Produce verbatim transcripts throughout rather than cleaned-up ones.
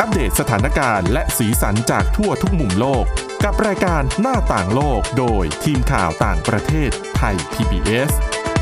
อัปเดตสถานการณ์และสีสันจากทั่วทุกมุมโลกกับรายการหน้าต่างโลกโดยทีมข่าวต่างประเทศไทย พี บี เอส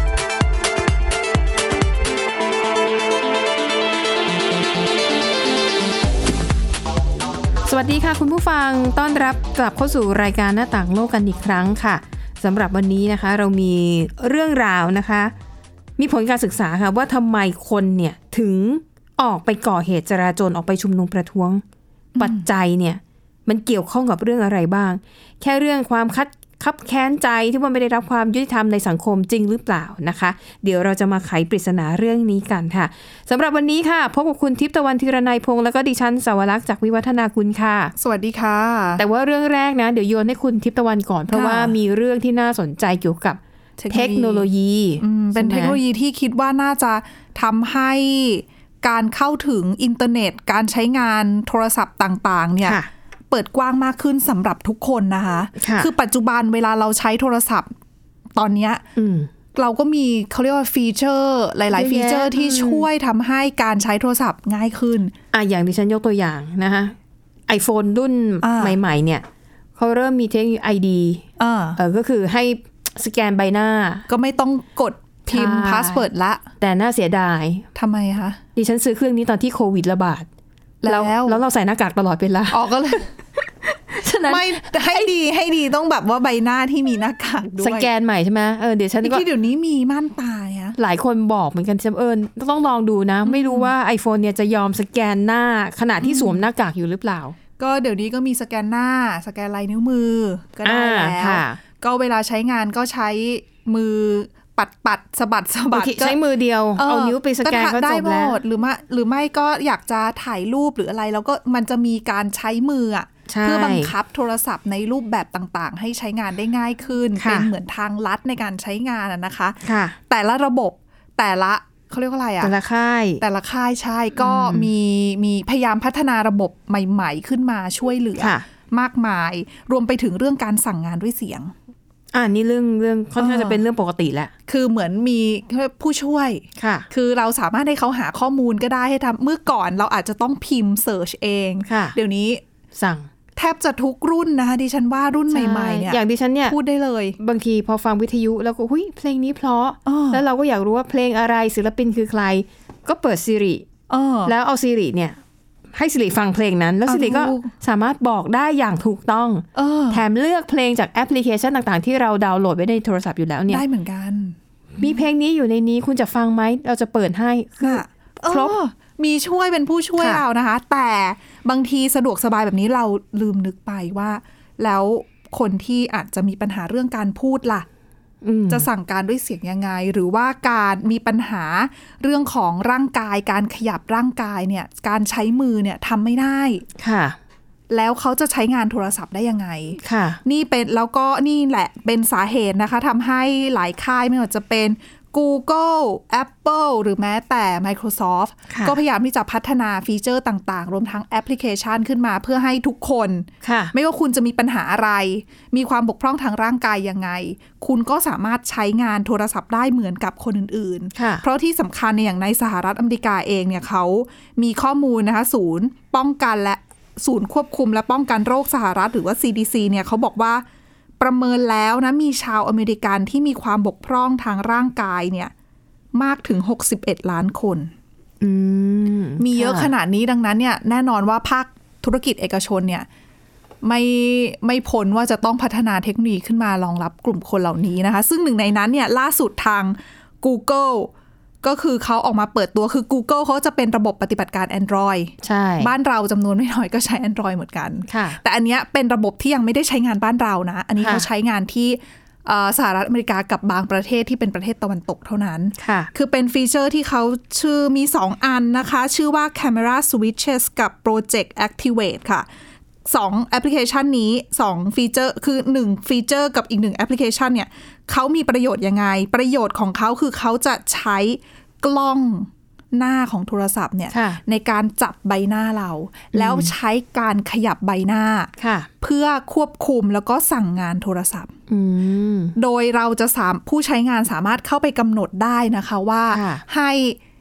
สวัสดีค่ะคุณผู้ฟังต้อนรับกลับเข้าสู่รายการหน้าต่างโลกกันอีกครั้งค่ะสำหรับวันนี้นะคะเรามีเรื่องราวนะคะมีผลการศึกษาค่ะว่าทำไมคนเนี่ยถึงออกไปก่อเหตุจราจรออกไปชุมนุมประท้วงปัจจัยเนี่ยมันเกี่ยวข้องกับเรื่องอะไรบ้างแค่เรื่องความคัดคับแค้นใจที่ว่าไม่ได้รับความยุติธรรมในสังคมจริงหรือเปล่านะคะเดี๋ยวเราจะมาไขปริศนาเรื่องนี้กันค่ะสำหรับวันนี้ค่ะพบกับคุณทิพย์ตะวันธีรนัยพงษ์แล้วก็ดิฉันสาวรักษ์จากวิวัฒนาคุณค่ะสวัสดีค่ะแต่ว่าเรื่องแรกนะเดี๋ยวโยนให้คุณทิพย์ตะวันก่อนเพราะว่ามีเรื่องที่น่าสนใจเกี่ยวกับเทคโนโลยีเป็นเทคโนโลยีที่คิดว่าน่าจะทำให้การเข้าถึงอินเทอร์เน็ตการใช้งานโทรศัพท์ต่างๆเนี่ยเปิดกว้างมากขึ้นสำหรับทุกคนนะคะคือปัจจุบันเวลาเราใช้โทรศัพท์ตอนนี้เราก็มีเขาเรียกว่าฟีเจอร์หลายๆฟีเจอร์ที่ช่วยทำให้การใช้โทรศัพท์ง่ายขึ้นอ่ะอย่างที่ฉันยกตัวอย่างนะคะไอโฟนรุ่นใหม่ๆเนี่ยเขาเริ่มมีเทคโนโลยี ไอ ดี เออก็คือให้สแกนใบหน้าก็ไม่ต้องกดพิมพ์พาสเวิร์ดละแต่น่าเสียดายทำไมคะดิฉันซื้อเครื่องนี้ตอนที่โควิดระบาดแล้วแล้วเราใส่หน้ากากตลอดเวลาออกก็เลยไม่ให้ดีให้ดีต้องแบบว่าใบหน้าที่มีหน้ากากด้วยสแกนใหม่ใช่ไหมเออเดี๋ยวฉันก็ที่เดี๋ยวนี้มีม่านตาอะหลายคนบอกเหมือนกันเออต้องลองดูนะไม่รู้ว่า iPhone เนี่ยจะยอมสแกนหน้าขณะที่สวมหน้ากากอยู่หรือเปล่าก็เดี๋ยวนี้ก็มีสแกนหน้าสแกนลายนิ้วมือก็ได้แล้วก็เวลาใช้งานก็ใช้มือปัดปัดสะบัดสะบัดใช้มือเดียวเอานิ้วไปสแกนก็จบแล้วหรือไม่หรือไม่ก็อยากจะถ่ายรูปหรืออะไรแล้วก็มันจะมีการใช้มืออ่ะเพื่อบังคับโทรศัพท์ในรูปแบบต่างๆให้ใช้งานได้ง่ายขึ้นเป็นเหมือนทางลัดในการใช้งานนะคะแต่ละระบบแต่ละเขาเรียกว่าอะไรอ่ะแต่ละค่ายแต่ละค่ายใช่ก็มีมีพยายามพัฒนาระบบใหม่ๆขึ้นมาช่วยเหลือมากมายรวมไปถึงเรื่องการสั่งงานด้วยเสียงอ่านี่เรื่องเรื่องค่อนข้างจะเป็นเรื่องปกติแหละคือเหมือนมีผู้ช่วยค่ะคือเราสามารถให้เขาหาข้อมูลก็ได้ให้ทำเมื่อก่อนเราอาจจะต้องพิมพ์เสิร์ชเองเดี๋ยวนี้สั่งแทบจะทุกรุ่นนะคะดิฉันว่ารุ่นใหม่ๆเนี่ยอย่างดิฉันเนี่ยพูดได้เลยบางทีพอฟังวิทยุแล้วก็หุ้ยเพลงนี้เพราะแล้วเราก็อยากรู้ว่าเพลงอะไรศิลปินคือใครก็เปิด Siri แล้วเอา Siri เนี่ยให้ Siri ฟังเพลงนั้นแล้ว Siri ก็สามารถบอกได้อย่างถูกต้องแถมเลือกเพลงจากแอปพลิเคชันต่างๆที่เราดาวน์โหลดไว้ในโทรศัพท์อยู่แล้วเนี่ยได้เหมือนกันมีเพลงนี้อยู่ในนี้คุณจะฟังไหมเราจะเปิดให้คือครบมีช่วยเป็นผู้ช่วยเรานะคะแต่บางทีสะดวกสบายแบบนี้เราลืมนึกไปว่าแล้วคนที่อาจจะมีปัญหาเรื่องการพูดล่ะจะสั่งการด้วยเสียงยังไงหรือว่าการมีปัญหาเรื่องของร่างกายการขยับร่างกายเนี่ยการใช้มือเนี่ยทำไม่ได้ค่ะแล้วเขาจะใช้งานโทรศัพท์ได้ยังไงค่ะนี่เป็นแล้วก็นี่แหละเป็นสาเหตุนะคะทำให้หลายค่ายไม่ว่าจะเป็นGoogle Apple หรือแม้แต่ Microsoft ก็พยายามที่จะพัฒนาฟีเจอร์ต่างๆรวมทั้งแอปพลิเคชันขึ้นมาเพื่อให้ทุกคนไม่ว่าคุณจะมีปัญหาอะไรมีความบกพร่องทางร่างกายยังไงคุณก็สามารถใช้งานโทรศัพท์ได้เหมือนกับคนอื่นๆเพราะที่สำคัญในอย่างในสหรัฐอเมริกาเองเนี่ยเขามีข้อมูลนะคะศูนย์ป้องกันและศูนย์ควบคุมและป้องกันโรคสหรัฐหรือว่า ซี ดี ซี เนี่ยเขาบอกว่าประเมินแล้วนะมีชาวอเมริกันที่มีความบกพร่องทางร่างกายเนี่ยมากถึงหกสิบเอ็ดล้านคนมีเยอะขนาดนี้ดังนั้นเนี่ยแน่นอนว่าภาคธุรกิจเอกชนเนี่ยไม่ไม่พ้นว่าจะต้องพัฒนาเทคโนโลยีขึ้นมารองรับกลุ่มคนเหล่านี้นะคะซึ่งหนึ่งในนั้นเนี่ยล่าสุดทาง Google ก็คือเขาออกมาเปิดตัวคือ Google เขาจะเป็นระบบปฏิบัติการ Android ใช่บ้านเราจำนวนไม่น้อยก็ใช้ Android เหมือนกันแต่อันเนี้ยเป็นระบบที่ยังไม่ได้ใช้งานบ้านเรานะอันนี้เขาใช้งานที่สหรัฐอเมริกากับบางประเทศที่เป็นประเทศตะวันตกเท่านั้นคือเป็นฟีเจอร์ที่เขาชื่อมีสองอันนะคะชื่อว่า Camera Switches กับ Project Activate ค่ะสองแอปพลิเคชันนี้สองฟีเจอร์คือหนึ่งฟีเจอร์กับอีกหนึ่งแอปพลิเคชันเนี่ยเขามีประโยชน์ยังไงประโยชน์ของเขาคือเขาจะใช้กล้องหน้าของโทรศัพท์เนี่ยในการจับใบหน้าเราแล้วใช้การขยับใบหน้าเพื่อควบคุมแล้วก็สั่งงานโทรศัพท์โดยเราจะสามผู้ใช้งานสามารถเข้าไปกำหนดได้นะคะว่าให้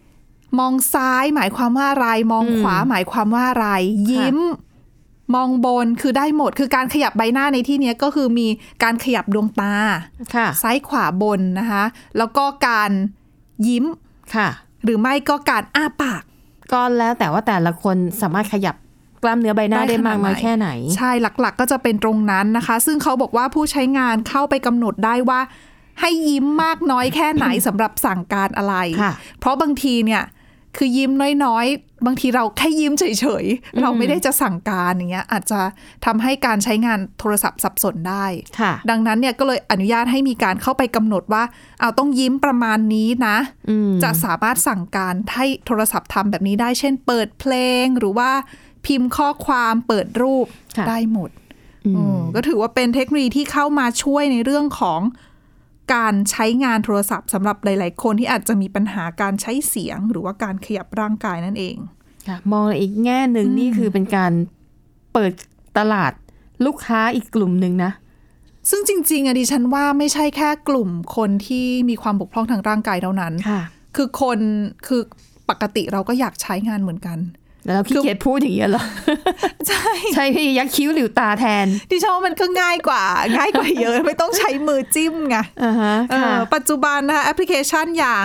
มองซ้ายหมายความว่าอะไรมองขวาหมายความว่าอะไรยิ้มมองบนคือได้หมดคือการขยับใบหน้าในที่นี้ก็คือมีการขยับดวงตาซ้ายขวาบนนะคะแล้วก็การยิ้มค่ะหรือไม่ก็การอ้าปากก็แล้วแต่ว่าแต่ละคนสามารถขยับกล้ามเนื้อใบหน้าได้มากน้อยแค่ไหนใช่หลักๆก็จะเป็นตรงนั้นนะคะซึ่งเขาบอกว่าผู้ใช้งานเข้าไปกำหนดได้ว่าให้ยิ้มมากน้อยแค่ไหน สำหรับสั่งการอะไรเพราะบางทีเนี่ยคือยิ้มน้อยๆบางทีเราแค่ยิ้มเฉยๆเราไม่ได้จะสั่งการอย่างเงี้ยอาจจะทำให้การใช้งานโทรศัพท์สับสนได้ดังนั้นเนี่ยก็เลยอนุญาตให้มีการเข้าไปกำหนดว่าเอาต้องยิ้มประมาณนี้นะจะสามารถสั่งการให้โทรศัพท์ทำแบบนี้ได้เช่นเปิดเพลงหรือว่าพิมพ์ข้อความเปิดรูปได้หมดก็ถือว่าเป็นเทคโนโลยีที่เข้ามาช่วยในเรื่องของการใช้งานโทรศัพท์สำหรับหลายๆคนที่อาจจะมีปัญหาการใช้เสียงหรือว่าการขยับร่างกายนั่นเองมองอีกแง่หนึ่งนี่คือเป็นการเปิดตลาดลูกค้าอีกกลุ่มหนึ่งนะซึ่งจริงๆอะดิฉันว่าไม่ใช่แค่กลุ่มคนที่มีความบกพร่องทางร่างกายเท่านั้นคือคนคือปกติเราก็อยากใช้งานเหมือนกันแล้วเราขี้เกียจพูดอย่างนี้เหรอใช่ใช่พี่ยักคิ้วหลิวตาแทนดิฉันว่ามันก็ง่ายกว่าง่ายกว่าเยอะไม่ต้องใช้มือจิ้มไงปัจจุบันนะคะแอปพลิเคชันอย่าง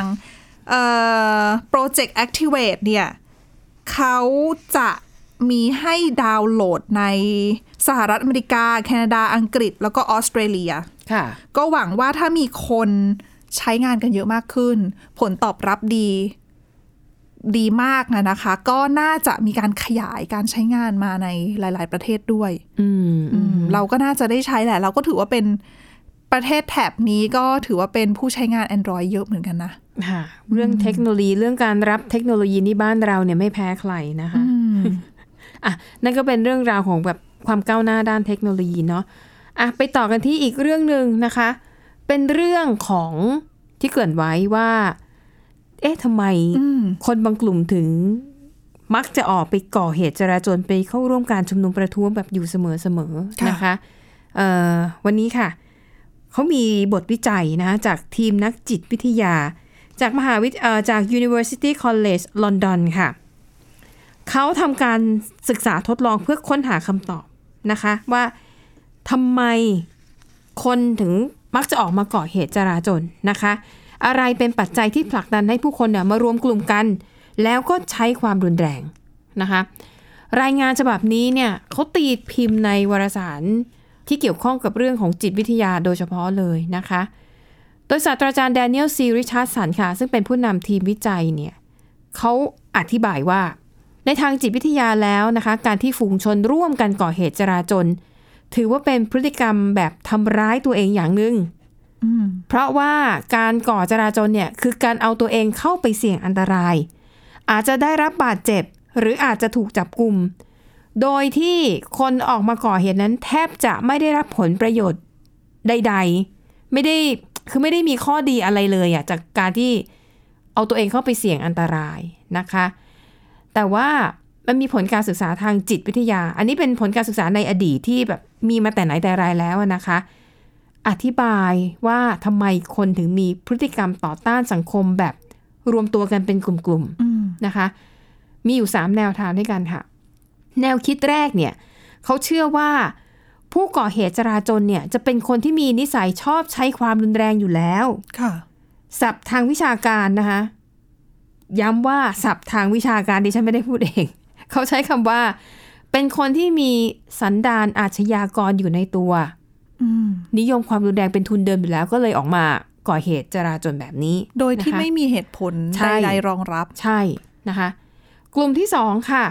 Project Activate เนี่ยเขาจะมีให้ดาวน์โหลดในสหรัฐอเมริกาแคนาดาอังกฤษแล้วก็ออสเตรเลียก็หวังว่าถ้ามีคนใช้งานกันเยอะมากขึ้นผลตอบรับดีดีมากนะนะคะก็น่าจะมีการขยายการใช้งานมาในหลายๆประเทศด้วยเราก็น่าจะได้ใช้แหละเราก็ถือว่าเป็นประเทศแถบนี้ก็ถือว่าเป็นผู้ใช้งาน Android เยอะเหมือนกันนะค่ะเรื่องเทคโนโลยีเรื่องการรับเทคโนโลยีนี่บ้านเราเนี่ยไม่แพ้ใครนะคะอ่ะนั่นก็เป็นเรื่องราวของแบบความก้าวหน้าด้านเทคโนโลยีเนาะอ่ะไปต่อกันที่อีกเรื่องนึงนะคะเป็นเรื่องของที่เกริ่นไว้ว่าเอ๊ะทำไมคนบางกลุ่มถึงมักจะออกไปก่อเหตุจราจรไปเข้าร่วมการชุมนุมประท้วงแบบอยู่เสมอๆนะคะวันนี้ค่ะเขามีบทวิจัยนะจากทีมนักจิตวิทยาจากมหาวิทยาจาก University College London ค่ะเขาทำการศึกษาทดลองเพื่อค้นหาคำตอบนะคะว่าทำไมคนถึงมักจะออกมาก่อเหตุจราจรนะคะอะไรเป็นปัจจัยที่ผลักดันให้ผู้คนเนี่ยมารวมกลุ่มกันแล้วก็ใช้ความรุนแรงนะคะรายงานฉบับนี้เนี่ยเขาตีพิมพ์ในวารสารที่เกี่ยวข้องกับเรื่องของจิตวิทยาโดยเฉพาะเลยนะคะโดยศาสตราจารย์แดเนียลซีริชาร์ดสันค่ะซึ่งเป็นผู้นำทีมวิจัยเนี่ยเขาอธิบายว่าในทางจิตวิทยาแล้วนะคะการที่ฝูงชนร่วมกันก่อเหตุจราจรถือว่าเป็นพฤติกรรมแบบทำร้ายตัวเองอย่างนึงเพราะว่าการก่อจราจรเนี่ยคือการเอาตัวเองเข้าไปเสี่ยงอันตรายอาจจะได้รับบาดเจ็บหรืออาจจะถูกจับกุมโดยที่คนออกมาก่อเหตุนั้นแทบจะไม่ได้รับผลประโยชน์ใดๆไม่ได้คือไม่ได้มีข้อดีอะไรเลยอ่ะจากการที่เอาตัวเองเข้าไปเสี่ยงอันตรายนะคะแต่ว่ามันมีผลการศึกษาทางจิตวิทยาอันนี้เป็นผลการศึกษาในอดีตที่แบบมีมาแต่ไหนแต่ไรแล้วนะคะอธิบายว่าทำไมคนถึงมีพฤติกรรมต่อต้านสังคมแบบรวมตัวกันเป็นกลุ่มๆนะคะมีอยู่สามแนวทางด้วยกันค่ะแนวคิดแรกเนี่ยเขาเชื่อว่าผู้ก่อเหตุจราจรเนี่ยจะเป็นคนที่มีนิสัยชอบใช้ความรุนแรงอยู่แล้วค่ะศัพท์ทางวิชาการนะคะย้ำว่าศัพท์ทางวิชาการดิฉันไม่ได้พูดเองเขาใช้คำว่าเป็นคนที่มีสันดานอาชญากรอยู่ในตัวนิยมความรุนแรงเป็นทุนเดิมอยู่แล้วก็เลยออกมาก่อเหตุจราจรแบบนี้โดยที่ไม่มีเหตุผลใดๆรองรับใช่นะคะกลุ่มที่สองค่ะ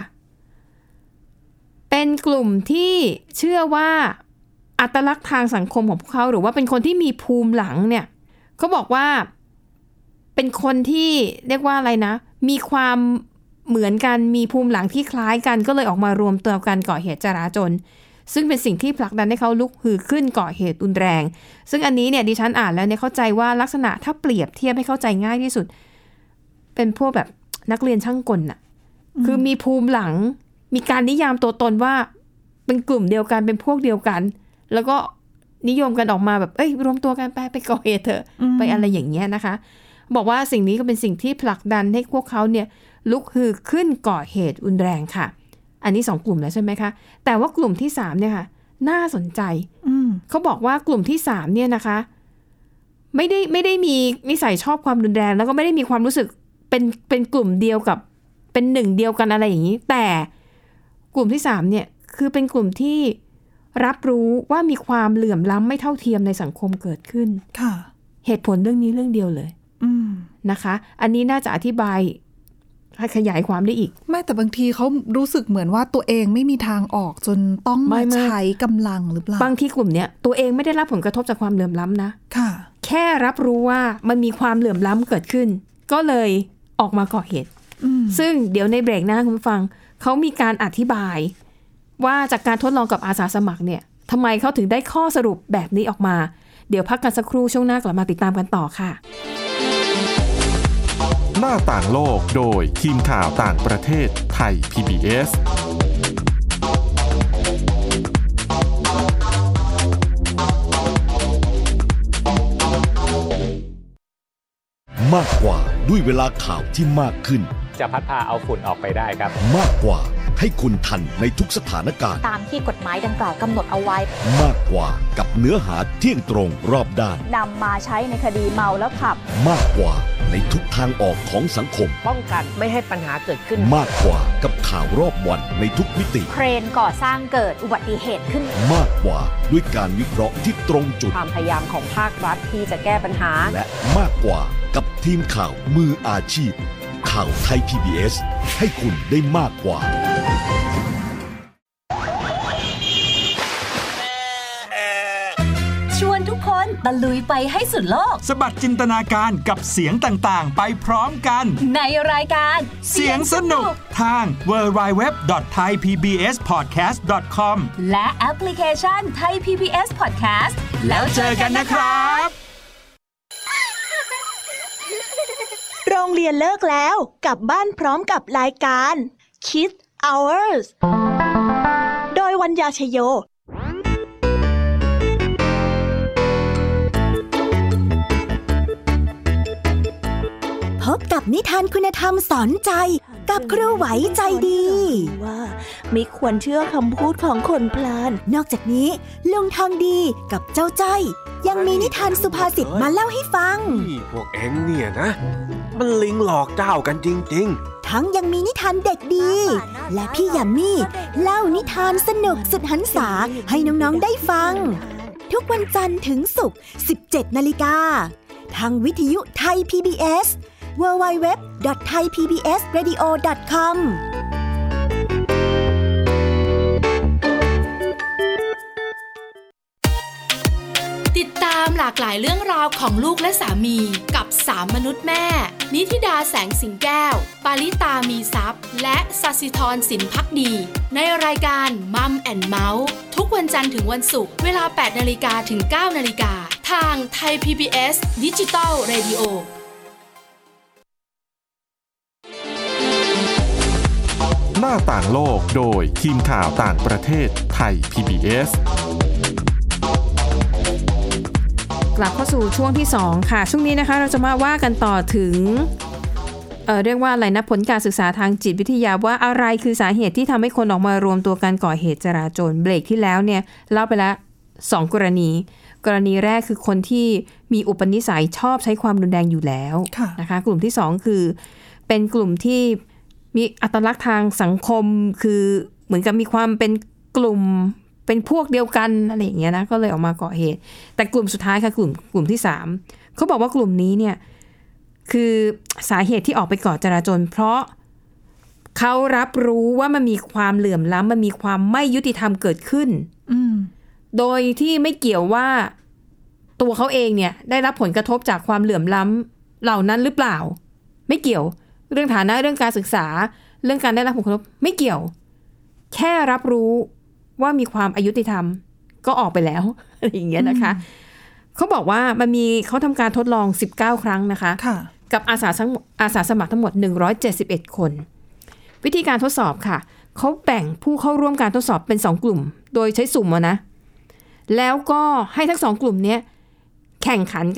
เป็นกลุ่มที่เชื่อว่าอัตลักษณ์ทางสังคมของพวกเขาหรือว่าเป็นคนที่มีภูมิหลังเนี่ยเขาบอกว่าเป็นคนที่เรียกว่าอะไรนะมีความเหมือนกันมีภูมิหลังที่คล้ายกันก็เลยออกมารวมตัวกันก่อเหตุจราจรซึ่งเป็นสิ่งที่ผลักดันให้เขาลุกฮือขึ้นก่อเหตุรุนแรงซึ่งอันนี้เนี่ยดิฉันอ่านแล้วเนี่ยเข้าใจว่าลักษณะถ้าเปรียบเทียบให้เข้าใจง่ายที่สุดเป็นพวกแบบนักเรียนช่างกลน่ะคือมีภูมิหลังมีการนิยามตัวตนว่าเป็นกลุ่มเดียวกันเป็นพวกเดียวกันแล้วก็นิยมกันออกมาแบบเอ้ยรวมตัวกันไปไปก่อเหตุเถอะไปอะไรอย่างเงี้ยนะคะบอกว่าสิ่งนี้ก็เป็นสิ่งที่ผลักดันให้พวกเขาเนี่ยลุกฮือขึ้นก่อเหตุรุนแรงค่ะอันนี้สองกลุ่มแล้วใช่ไหมคะแต่ว่ากลุ่มที่สามเนี่ยค่ะน่าสนใจเขาบอกว่ากลุ่มที่สามเนี่ยนะคะไม่ได้ไม่ได้มีนิสัยชอบความรุนแรงแล้วก็ไม่ได้มีความรู้สึกเป็นเป็นกลุ่มเดียวกับเป็นหนึ่งเดียวกันอะไรอย่างนี้แต่กลุ่มที่สามเนี่ยคือเป็นกลุ่มที่รับรู้ว่ามีความเหลื่อมล้ำไม่เท่าเทียมในสังคมเกิดขึ้นค่ะเหตุผลเรื่องนี้เรื่องเดียวเลยนะคะอันนี้น่าจะอธิบายให้ขยายความได้อีกไม่แต่บางทีเขารู้สึกเหมือนว่าตัวเองไม่มีทางออกจนต้องมาใช้กำลังหรือเปล่าบางทีกลุ่มเนี้ยตัวเองไม่ได้รับผลกระทบจากความเหลื่อมล้ำนะค่ะแค่รับรู้ว่ามันมีความเหลื่อมล้ำเกิดขึ้นก็เลยออกมาก่อเหตุซึ่งเดี๋ยวในเบรกหน้าคุณผู้ฟังเขามีการอธิบายว่าจากการทดลองกับอาสาสมัครเนี่ยทำไมเขาถึงได้ข้อสรุปแบบนี้ออกมาเดี๋ยวพักกันสักครู่ช่วงหน้ากลับมาติดตามกันต่อค่ะหน้าต่างโลกโดยทีมข่าวต่างประเทศไทย พี บี เอสมากกว่าด้วยเวลาข่าวที่มากขึ้นจะพัดพาเอาฝุ่นออกไปได้ครับมากกว่าให้คุณทันในทุกสถานการณ์ตามที่กฎหมายดังกล่าวกำหนดเอาไว้มากกว่ากับเนื้อหาเที่ยงตรงรอบด้านนำมาใช้ในคดีเมาแล้วขับมากกว่าในทุกทางออกของสังคมป้องกันไม่ให้ปัญหาเกิดขึ้นมากกว่ากับข่าวรอบวันในทุกมิติเครนก่อสร้างเกิดอุบัติเหตุขึ้นมากกว่าด้วยการวิเคราะห์ที่ตรงจุดความพยายามของภาครัฐที่จะแก้ปัญหาและมากกว่ากับทีมข่าวมืออาชีพข่าวไทย พี บี เอส ให้คุณได้มากกว่าชวนทุกคนตะลุยไปให้สุดโลกสบัดจินตนาการกับเสียงต่างๆไปพร้อมกันในรายการเสียงสนุกทาง ดับเบิลยู ดับเบิลยู ดับเบิลยู ดอท ไทย พี บี เอส พอดแคสต์ ดอท คอมและแอปพลิเคชัน Thai พี บี เอส Podcast แล้วเจอกันนะครับโรงเรียนเลิกแล้วกลับบ้านพร้อมกับรายการ Kids Hours โดยวัญญาชโยพบกับนิทานคุณธรรมสอนใจกับครูไหวใจดีว่าไม่ควรเชื่อคำพูดของคนพลานนอกจากนี้ลุงทองดีกับเจ้าจ้อยยังมีนิทานสุภาษิตมาเล่าให้ฟังนี่พวกเอ็งเนี่ยนะมันลิงหลอกเจ้ากันจริงๆทั้งยังมีนิทานเด็กดีและพี่ยามีเล่านิทานสนุกสุดหรรษาให้น้องๆได้ฟังทุกวันจันทร์ถึงศุกร์ สิบเจ็ดนาฬิกา ทางวิทยุไทย พี บี เอส ดับเบิลยู ดับเบิลยู ดับเบิลยู ดอท ไทย พี บี เอส เรดิโอ ดอท คอมติดตามหลากหลายเรื่องราวของลูกและสามีกับสามมนุษย์แม่นิธิดาแสงสิงแก้วปาริตามีทรัพย์และศศิธรสินภักดีในรายการมัมแอนด์เมาส์ทุกวันจันทร์ถึงวันศุกร์เวลา แปดนาฬิกา ถึง เก้านาฬิกา ทางไทย พี บี เอส Digital Radio หน้าต่างโลกโดยทีมข่าวต่างประเทศไทย พี บี เอสกลับเข้าสู่ช่วงที่สองค่ะช่วงนี้นะคะเราจะมาว่ากันต่อถึง เอ่อเรียกว่าอะไรนะผลการศึกษาทางจิตวิทยาว่าอะไรคือสาเหตุที่ทำให้คนออกมารวมตัวกันก่อเหตุจราจรเบรกที่แล้วเนี่ยเล่าไปแล้วสองกรณีกรณีแรกคือคนที่มีอุปนิสัยชอบใช้ความรุนแรงอยู่แล้วนะคะกลุ่มที่สองคือเป็นกลุ่มที่มีอัตลักษณ์ทางสังคมคือเหมือนกับมีความเป็นกลุ่มเป็นพวกเดียวกันอะไรอย่างเงี้ยนะก็เลยออกมาก่อเหตุแต่กลุ่มสุดท้ายค่ะกลุ่มกลุ่มที่สามเขาบอกว่ากลุ่มนี้เนี่ยคือสาเหตุที่ออกไปก่อจราจรเพราะเขารับรู้ว่ามันมีความเหลื่อมล้ำมันมีความไม่ยุติธรรมเกิดขึ้นโดยที่ไม่เกี่ยวว่าตัวเขาเองเนี่ยได้รับผลกระทบจากความเหลื่อมล้ำเหล่านั้นหรือเปล่าไม่เกี่ยวเรื่องฐานะเรื่องการศึกษาเรื่องการได้รับผลกระทบไม่เกี่ยวแค่รับรู้ว่ามีความอายุติธรรมก็ออกไปแล้วอะไรอย่างเงี้ยนะคะเขาบอกว่ามันมีเขาทำการทดลองสิบเก้าครั้งนะคะกับอาสาอาสาสมัครทั้งหมดหนึ่งร้อยเจ็ดสิบเอ็ดคนวิธีการทดสอบค่ะเขาแบ่งผู้เข้าร่วมการทดสอบเป็นสองกลุ่มโดยใช้สุ่มนะแล้วก็ให้ทั้งสองกลุ่มนี้แข่งขันกัน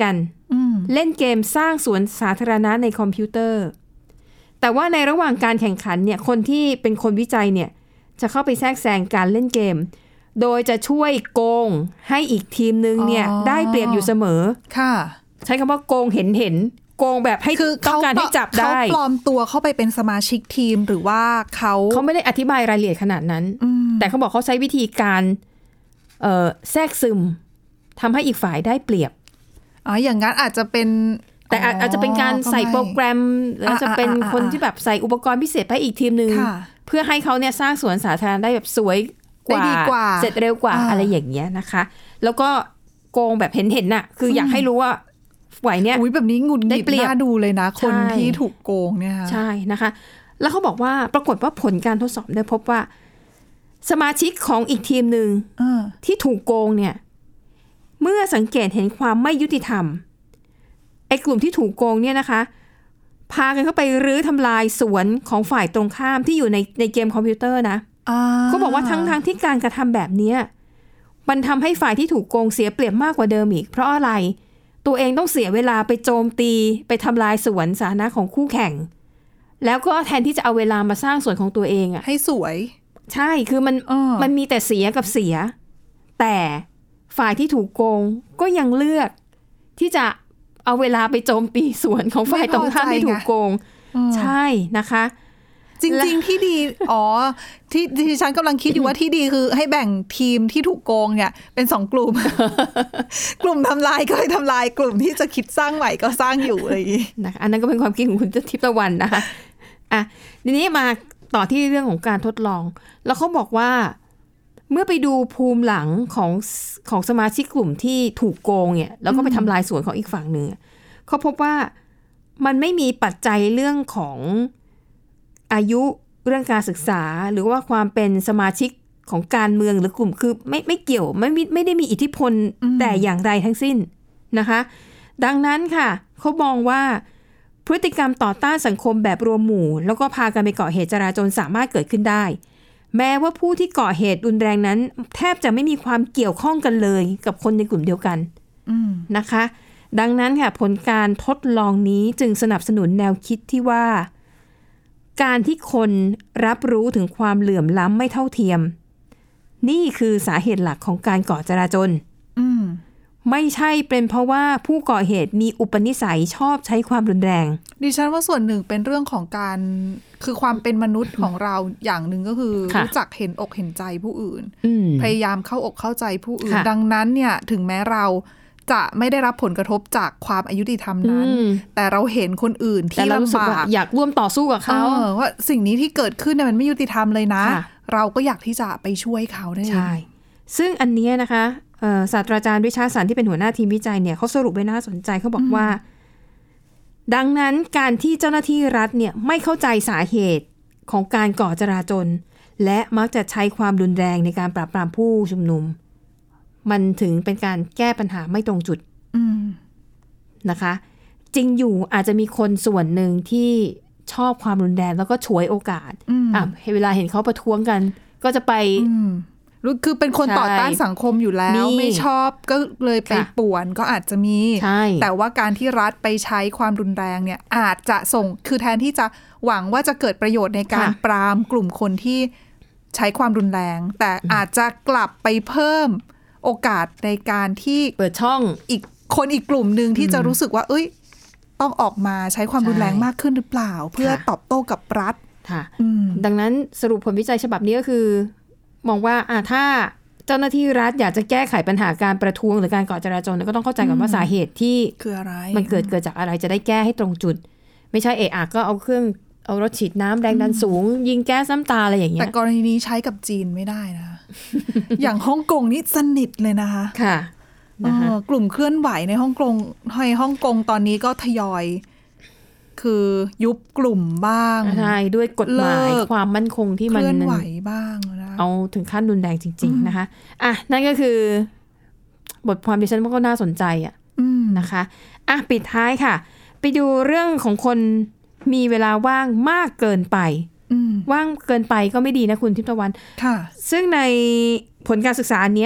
เล่นเกมสร้างสวนสาธารณะในคอมพิวเตอร์แต่ว่าในระหว่างการแข่งขันเนี่ยคนที่เป็นคนวิจัยเนี่ยจะเข้าไปแทรกแซงการเล่นเกมโดยจะช่วยโกงให้อีกทีมนึงเนี่ยได้เปรียบอยู่เสมอค่ะใช้คำว่าโกงเห็นเห็นโกงแบบให้ต้องการให้จับได้เขาปลอมตัวเข้าไปเป็นสมาชิกทีมหรือว่าเขาเขาไม่ได้อธิบายรายละเอียดขนาดนั้นแต่เขาบอกเขาใช้วิธีการเอ่อแทรกซึมทำให้อีกฝ่ายได้เปรียบอ๋ออย่างนั้นอาจจะเป็นแต่อาจจะเป็นการใส่โปรแกรมหรือจะเป็นคนที่แบบใส่อุปกรณ์พิเศษให้อีกทีมนึงเพื่อให้เขาเนี่ยสร้างสวนสาธารณะได้แบบสวยกว่าเสร็จเร็วกว่าอะไรอย่างเงี้ยนะคะแล้วก็โกงแบบเห็นๆน่ะคืออยากให้รู้ว่าฝ่ายเนี้ยอุ้ยแบบนี้งุดหงิดน่าดูเลยนะคนที่ถูกโกงเนี่ยใช่นะคะแล้วเขาบอกว่าปรากฏว่าผลการทดสอบได้พบว่าสมาชิกของอีกทีมนึงที่ถูกโกงเนี่ยเมื่อสังเกตเห็นความไม่ยุติธรรมไอ้กลุ่มที่ถูกโกงเนี่ยนะคะพากันเข้าไปรื้อทำลายสวนของฝ่ายตรงข้ามที่อยู่ในในเกมคอมพิวเตอร์นะเขาบอกว่าทั้งทางที่การกระทำแบบนี้มันทำให้ฝ่ายที่ถูกโกงเสียเปรียบมากกว่าเดิมอีกเพราะอะไรตัวเองต้องเสียเวลาไปโจมตีไปทำลายสวนสาธารณะของคู่แข่งแล้วก็แทนที่จะเอาเวลามาสร้างสวนของตัวเองอ่ะให้สวยใช่คือมันมันมีแต่เสียกับเสียแต่ฝ่ายที่ถูกโกงก็ยังเลือกที่จะเอาเวลาไปโจมตีสวนของฝ่ายตรงข้ามที่ถูกโกงใช่นะคะจริงๆที่ดีอ๋อที่ที่ฉันกำลังคิดอยู่ว่าที่ดีคือให้แบ่งทีมที่ถูกโกงเนี่ยเป็นสองกลุ่ม กลุ่มทำลายก็ให้ทำลายกลุ่มที่จะคิดสร้างใหม่ก็สร้างอยู่อะไรอย่างนี้นะคะอันนั้นก็เป็นความคิดของคุณทิพย์ตะวันนะคะอ่ะทีนี้มาต่อที่เรื่องของการทดลองแล้วเขาบอกว่าเมื่อไปดูภูมิหลังของของสมาชิกกลุ่มที่ถูกโกงเนี่ยแล้วก็ไปทำลายสวนของอีกฝั่งหนึ่งเขาพบว่ามันไม่มีปัจจัยเรื่องของอายุเรื่องการศึกษาหรือว่าความเป็นสมาชิกของการเมืองหรือกลุ่มคือไม่ไม่เกี่ยวไม่ไม่ได้มีอิทธิพลแต่อย่างใดทั้งสิ้นนะคะดังนั้นค่ะเขามองว่าพฤติกรรมต่อต้านสังคมแบบรวมหมู่แล้วก็พากันไปก่อเหตุจราจรสามารถเกิดขึ้นได้แม้ว่าผู้ที่ก่อเหตุรุนแรงนั้นแทบจะไม่มีความเกี่ยวข้องกันเลยกับคนในกลุ่มเดียวกันนะคะดังนั้นค่ะผลการทดลองนี้จึงสนับสนุนแนวคิดที่ว่าการที่คนรับรู้ถึงความเหลื่อมล้ำไม่เท่าเทียมนี่คือสาเหตุหลักของการก่อจราจรไม่ใช่เป็นเพราะว่าผู้ก่อเหตุมีอุปนิสัยชอบใช้ความรุนแรงดิฉันว่าส่วนหนึ่งเป็นเรื่องของการคือความเป็นมนุษย์ของเราอย่างหนึ่งก็คือรู้จักเห็นอกเห็นใจผู้อื่นพยายามเข้าอกเข้าใจผู้อื่นดังนั้นเนี่ยถึงแม้เราจะไม่ได้รับผลกระทบจากความอายุติธรรมนั้นแต่เราเห็นคนอื่นที่ลำบากอยากร่วมต่อสู้กับเขาว่าสิ่งนี้ที่เกิดขึ้นเนี่ยมันไม่ยุติธรรมเลยนะเราก็อยากที่จะไปช่วยเขาได้ใช่ซึ่งอันนี้นะคะศาสตราจารย์วิชาสันที่เป็นหัวหน้าทีมวิจัยเนี่ยเขาสรุปไว้น่าสนใจเขาบอกว่าดังนั้นการที่เจ้าหน้าที่รัฐเนี่ยไม่เข้าใจสาเหตุของการก่อจราจรและมักจะใช้ความรุนแรงในการปราบปรามผู้ชุมนุมมันถึงเป็นการแก้ปัญหาไม่ตรงจุดนะคะจริงอยู่อาจจะมีคนส่วนหนึ่งที่ชอบความรุนแรงแล้วก็ฉวยโอกาสอ่ะเวลาเห็นเขาประท้วงกันก็จะไปคือเป็นคนต่อต้านสังคมอยู่แล้วไม่ชอบก็เลยไปป่วนก็อาจจะมีแต่ว่าการที่รัฐไปใช้ความรุนแรงเนี่ยอาจจะส่งคือแทนที่จะหวังว่าจะเกิดประโยชน์ในการปรามกลุ่มคนที่ใช้ความรุนแรงแต่อาจจะกลับไปเพิ่มโอกาสในการที่เปิดช่องอีกคนอีกกลุ่มนึงที่จะรู้สึกว่าเอ้ยต้องออกมาใช้ความรุนแรงมากขึ้นหรือเปล่าเพื่อตอบโต้กับรัฐค่ะดังนั้นสรุปผลวิจัยฉบับนี้ก็คือมองว่าอ่ะถ้าเจ้าหน้าที่รัฐอยากจะแก้ไขปัญหาการประท้วงหรือการก่อจราจรก็ต้องเข้าใจก่อนว่าสาเหตุที่คืออะไรมันเกิดเกิดจากอะไรจะได้แก้ให้ตรงจุดไม่ใช่เอะอะก็เอาเครื่องเอารถฉีดน้ำแรงดันสูงยิงแก๊สน้ำตาอะไรอย่างเงี้ยแต่กรณีนี้ใช้กับจีนไม่ได้นะ อย่างฮ่องกงนี่สนิทเลยนะคะค่ะกลุ่มเคลื่อนไหวในฮ่องกงในฮ่องกงตอนนี้ก็ทยอยคือยุบกลุ่มบ้างใช่ด้วยกฎหมายความมั่นคงที่มันเคลื่อนไหวบ้างนะเอาถึงขั้นรุนแรงจริงๆนะคะอ่ะนั่นก็คือบทความดิฉันก็น่าสนใจอ่ะนะคะอ่ะปิดท้ายค่ะไปดูเรื่องของคนมีเวลาว่างมากเกินไปว่างเกินไปก็ไม่ดีนะคุณทิพย์ตะวันค่ะซึ่งในผลการศึกษาเนี้ย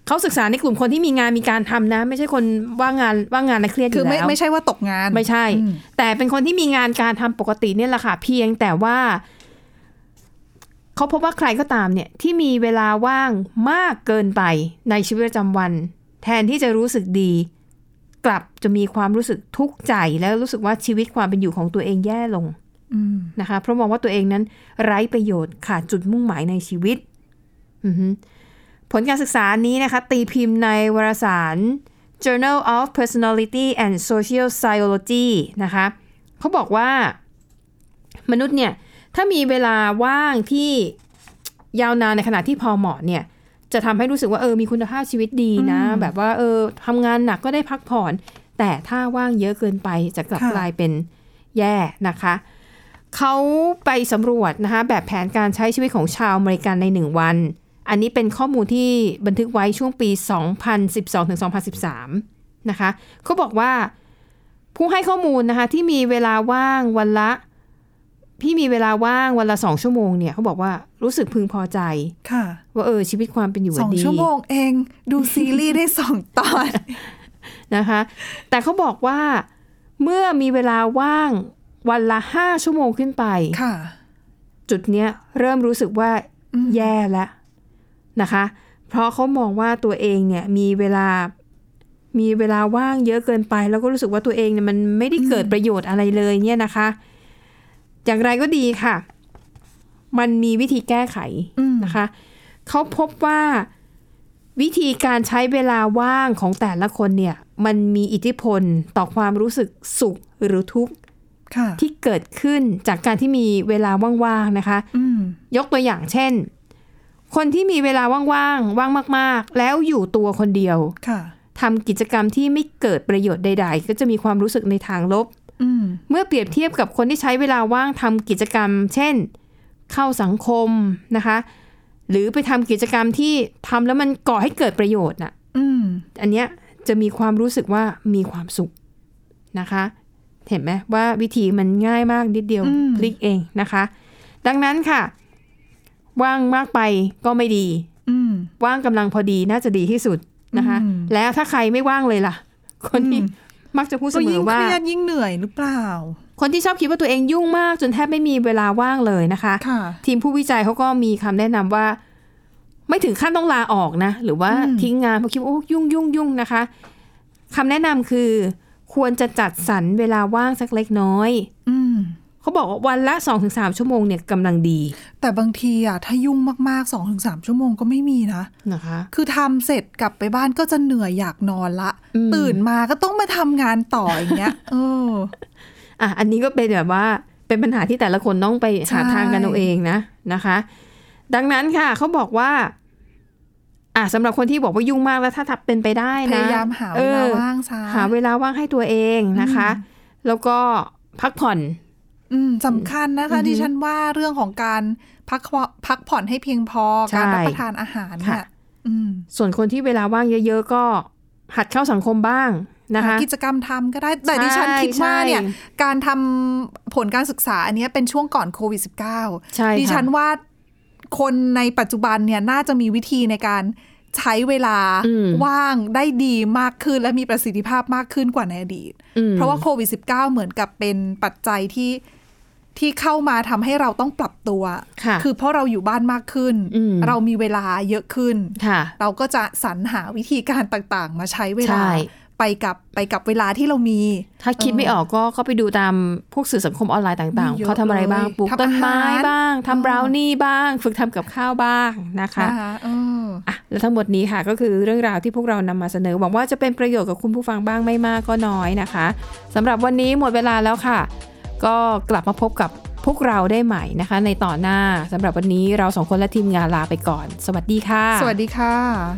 เขาศึกษาในกลุ่มคนที่มีงานมีการทำนะไม่ใช่คนว่างงานว่างงานและเครียดอยู่แล้วคือไม่ไม่ใช่ว่าตกงานไม่ใช่แต่เป็นคนที่มีงานการทำปกติเนี่ยแหละค่ะเพียงแต่ว่าเขาพบว่าใครก็ตามเนี่ยที่มีเวลาว่างมากเกินไปในชีวิตประจำวันแทนที่จะรู้สึกดีกลับจะมีความรู้สึกทุกข์ใจแล้วรู้สึกว่าชีวิตความเป็นอยู่ของตัวเองแย่ลงนะคะเพราะมองว่าตัวเองนั้นไร้ประโยชน์ขาดจุดมุ่งหมายในชีวิตผลการศึกษานี้นะคะตีพิมพ์ในวารสาร Journal of Personality and Social Psychology นะคะเขาบอกว่ามนุษย์เนี่ยถ้ามีเวลาว่างที่ยาวนานในขณะที่พอเหมาะเนี่ยจะทำให้รู้สึกว่าเออมีคุณภาพชีวิตดีนะแบบว่าเออทำงานหนักก็ได้พักผ่อนแต่ถ้าว่างเยอะเกินไปจะกลับกลายเป็นแย่นะคะเขาไปสำรวจนะคะแบบแผนการใช้ชีวิตของชาวอเมริกันในหนึ่งวันอันนี้เป็นข้อมูลที่บันทึกไว้ช่วงปีสองพันสิบสองถึงสองพันสิบสามนะคะเขาบอกว่าผู้ให้ข้อมูลนะคะที่มีเวลาว่างวันละพี่มีเวลาว่างวันละสองชั่วโมงเนี่ยเขาบอกว่ารู้สึกพึงพอใจค่ะว่าเออชีวิตความเป็นอยู่ดีสองชั่วโมงเองดูซีรีส์ได้สองตอนนะคะแต่เขาบอกว่าเมื่อมีเวลาว่างวันละห้าชั่วโมงขึ้นไปค่ะจุดเนี้ยเริ่มรู้สึกว่าแย่แล้วนะคะเพราะเขามองว่าตัวเองเนี่ยมีเวลามีเวลาว่างเยอะเกินไปแล้วก็รู้สึกว่าตัวเองเนี่ยมันไม่ได้เกิดประโยชน์อะไรเลยเนี่ยนะคะอย่างไรก็ดีค่ะมันมีวิธีแก้ไขนะคะเขาพบว่าวิธีการใช้เวลาว่างของแต่ละคนเนี่ยมันมีอิทธิพลต่อความรู้สึกสุขหรือทุกข์ที่เกิดขึ้นจากการที่มีเวลาว่างๆนะคะยกตัวอย่างเช่นคนที่มีเวลาว่างๆว่างมากๆแล้วอยู่ตัวคนเดียวทำกิจกรรมที่ไม่เกิดประโยชน์ใดๆก็จะมีความรู้สึกในทางลบเมื่อเปรียบเทียบกับคนที่ใช้เวลาว่างทำกิจกรรมเช่นเข้าสังคมนะคะหรือไปทำกิจกรรมที่ทำแล้วมันก่อให้เกิดประโยชน์น่ะอันเนี้ยจะมีความรู้สึกว่ามีความสุขนะคะเห็นไหมว่าวิธีมันง่ายมากนิดเดียวคลิกเองนะคะดังนั้นค่ะว่างมากไปก็ไม่ดีว่างกำลังพอดีน่าจะดีที่สุดนะคะแล้วถ้าใครไม่ว่างเลยล่ะคนที่มักจะพูดเสมอว่ายิ่งเครียดยิ่งเหนื่อยหรือเปล่าคนที่ชอบคิดว่าตัวเองยุ่งมากจนแทบไม่มีเวลาว่างเลยนะคะทีมผู้วิจัยเขาก็มีคำแนะนำว่าไม่ถึงขั้นต้องลาออกนะหรือว่าทิ้งงานเพราะคิดว่าโอ้ยุ่งยุ่งยุ่งนะคะคำแนะนำคือควรจะจัดสรรเวลาว่างสักเล็กน้อยเขาบอกว่าวันละ สองถึงสาม ชั่วโมงเนี่ยกำลังดีแต่บางทีอ่ะถ้ายุ่งมากๆ สองถึงสาม ชั่วโมงก็ไม่มีนะนะคะคือทำเสร็จกลับไปบ้านก็จะเหนื่อยอยากนอนละตื่นมาก็ต้องมาทำงานต่ออย่างเงี้ยเอออ่ะอันนี้ก็เป็นแบบว่าเป็นปัญหาที่แต่ละคนต้องไปหาทางกันเอาเองนะนะคะดังนั้นค่ะเขาบอกว่าอ่ะสำหรับคนที่บอกว่ายุ่งมากแล้วถ้าทับเป็นไปได้นะพยายามหาเวลาว่างซะหาเวลาว่างให้ตัวเองนะคะแล้วก็พักผ่อนสำคัญนะคะที่ฉันว่าเรื่องของการพักพักผ่อนให้เพียงพอการรับประทานอาหารเนี่ยส่วนคนที่เวลาว่างเยอะๆก็หัดเข้าสังคมบ้างนะคะกิจกรรมทำก็ได้แต่ดิฉันคิดว่าเนี่ยการทำผลการศึกษาอันนี้เป็นช่วงก่อนโควิด สิบเก้า ดิฉันว่าคนในปัจจุบันเนี่ยน่าจะมีวิธีในการใช้เวลาว่างได้ดีมากขึ้นและมีประสิทธิภาพมากขึ้นกว่าในอดีตเพราะว่าโควิด สิบเก้า เหมือนกับเป็นปัจจัยที่ที่เข้ามาทำให้เราต้องปรับตัวคือเพราะเราอยู่บ้านมากขึ้นเรามีเวลาเยอะขึ้นเราก็จะสรรหาวิธีการต่างๆมาใช้เวลาไปกับไปกับเวลาที่เรามีถ้าคิดไม่ออกก็ก็ไปดูตามพวกสื่อสังคมออนไลน์ต่างๆเขาทำอะไรบ้างปลูกต้นไม้บ้างทำบราวนี่บ้างฝึกทำกับข้าวบ้างนะคะอ่ะแล้วทั้งหมดนี้ค่ะก็คือเรื่องราวที่พวกเรานำมาเสนอหวังว่าจะเป็นประโยชน์กับคุณผู้ฟังบ้างไม่มากก็น้อยนะคะสำหรับวันนี้หมดเวลาแล้วค่ะก็กลับมาพบกับพวกเราได้ใหม่นะคะในต่อหน้าสำหรับวันนี้เราสองคนและทีมงานลาไปก่อนสวัสดีค่ะสวัสดีค่ะ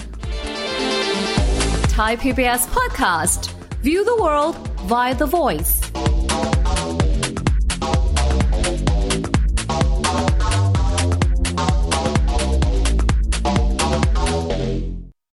Thai พี บี เอส Podcast View the world via the voice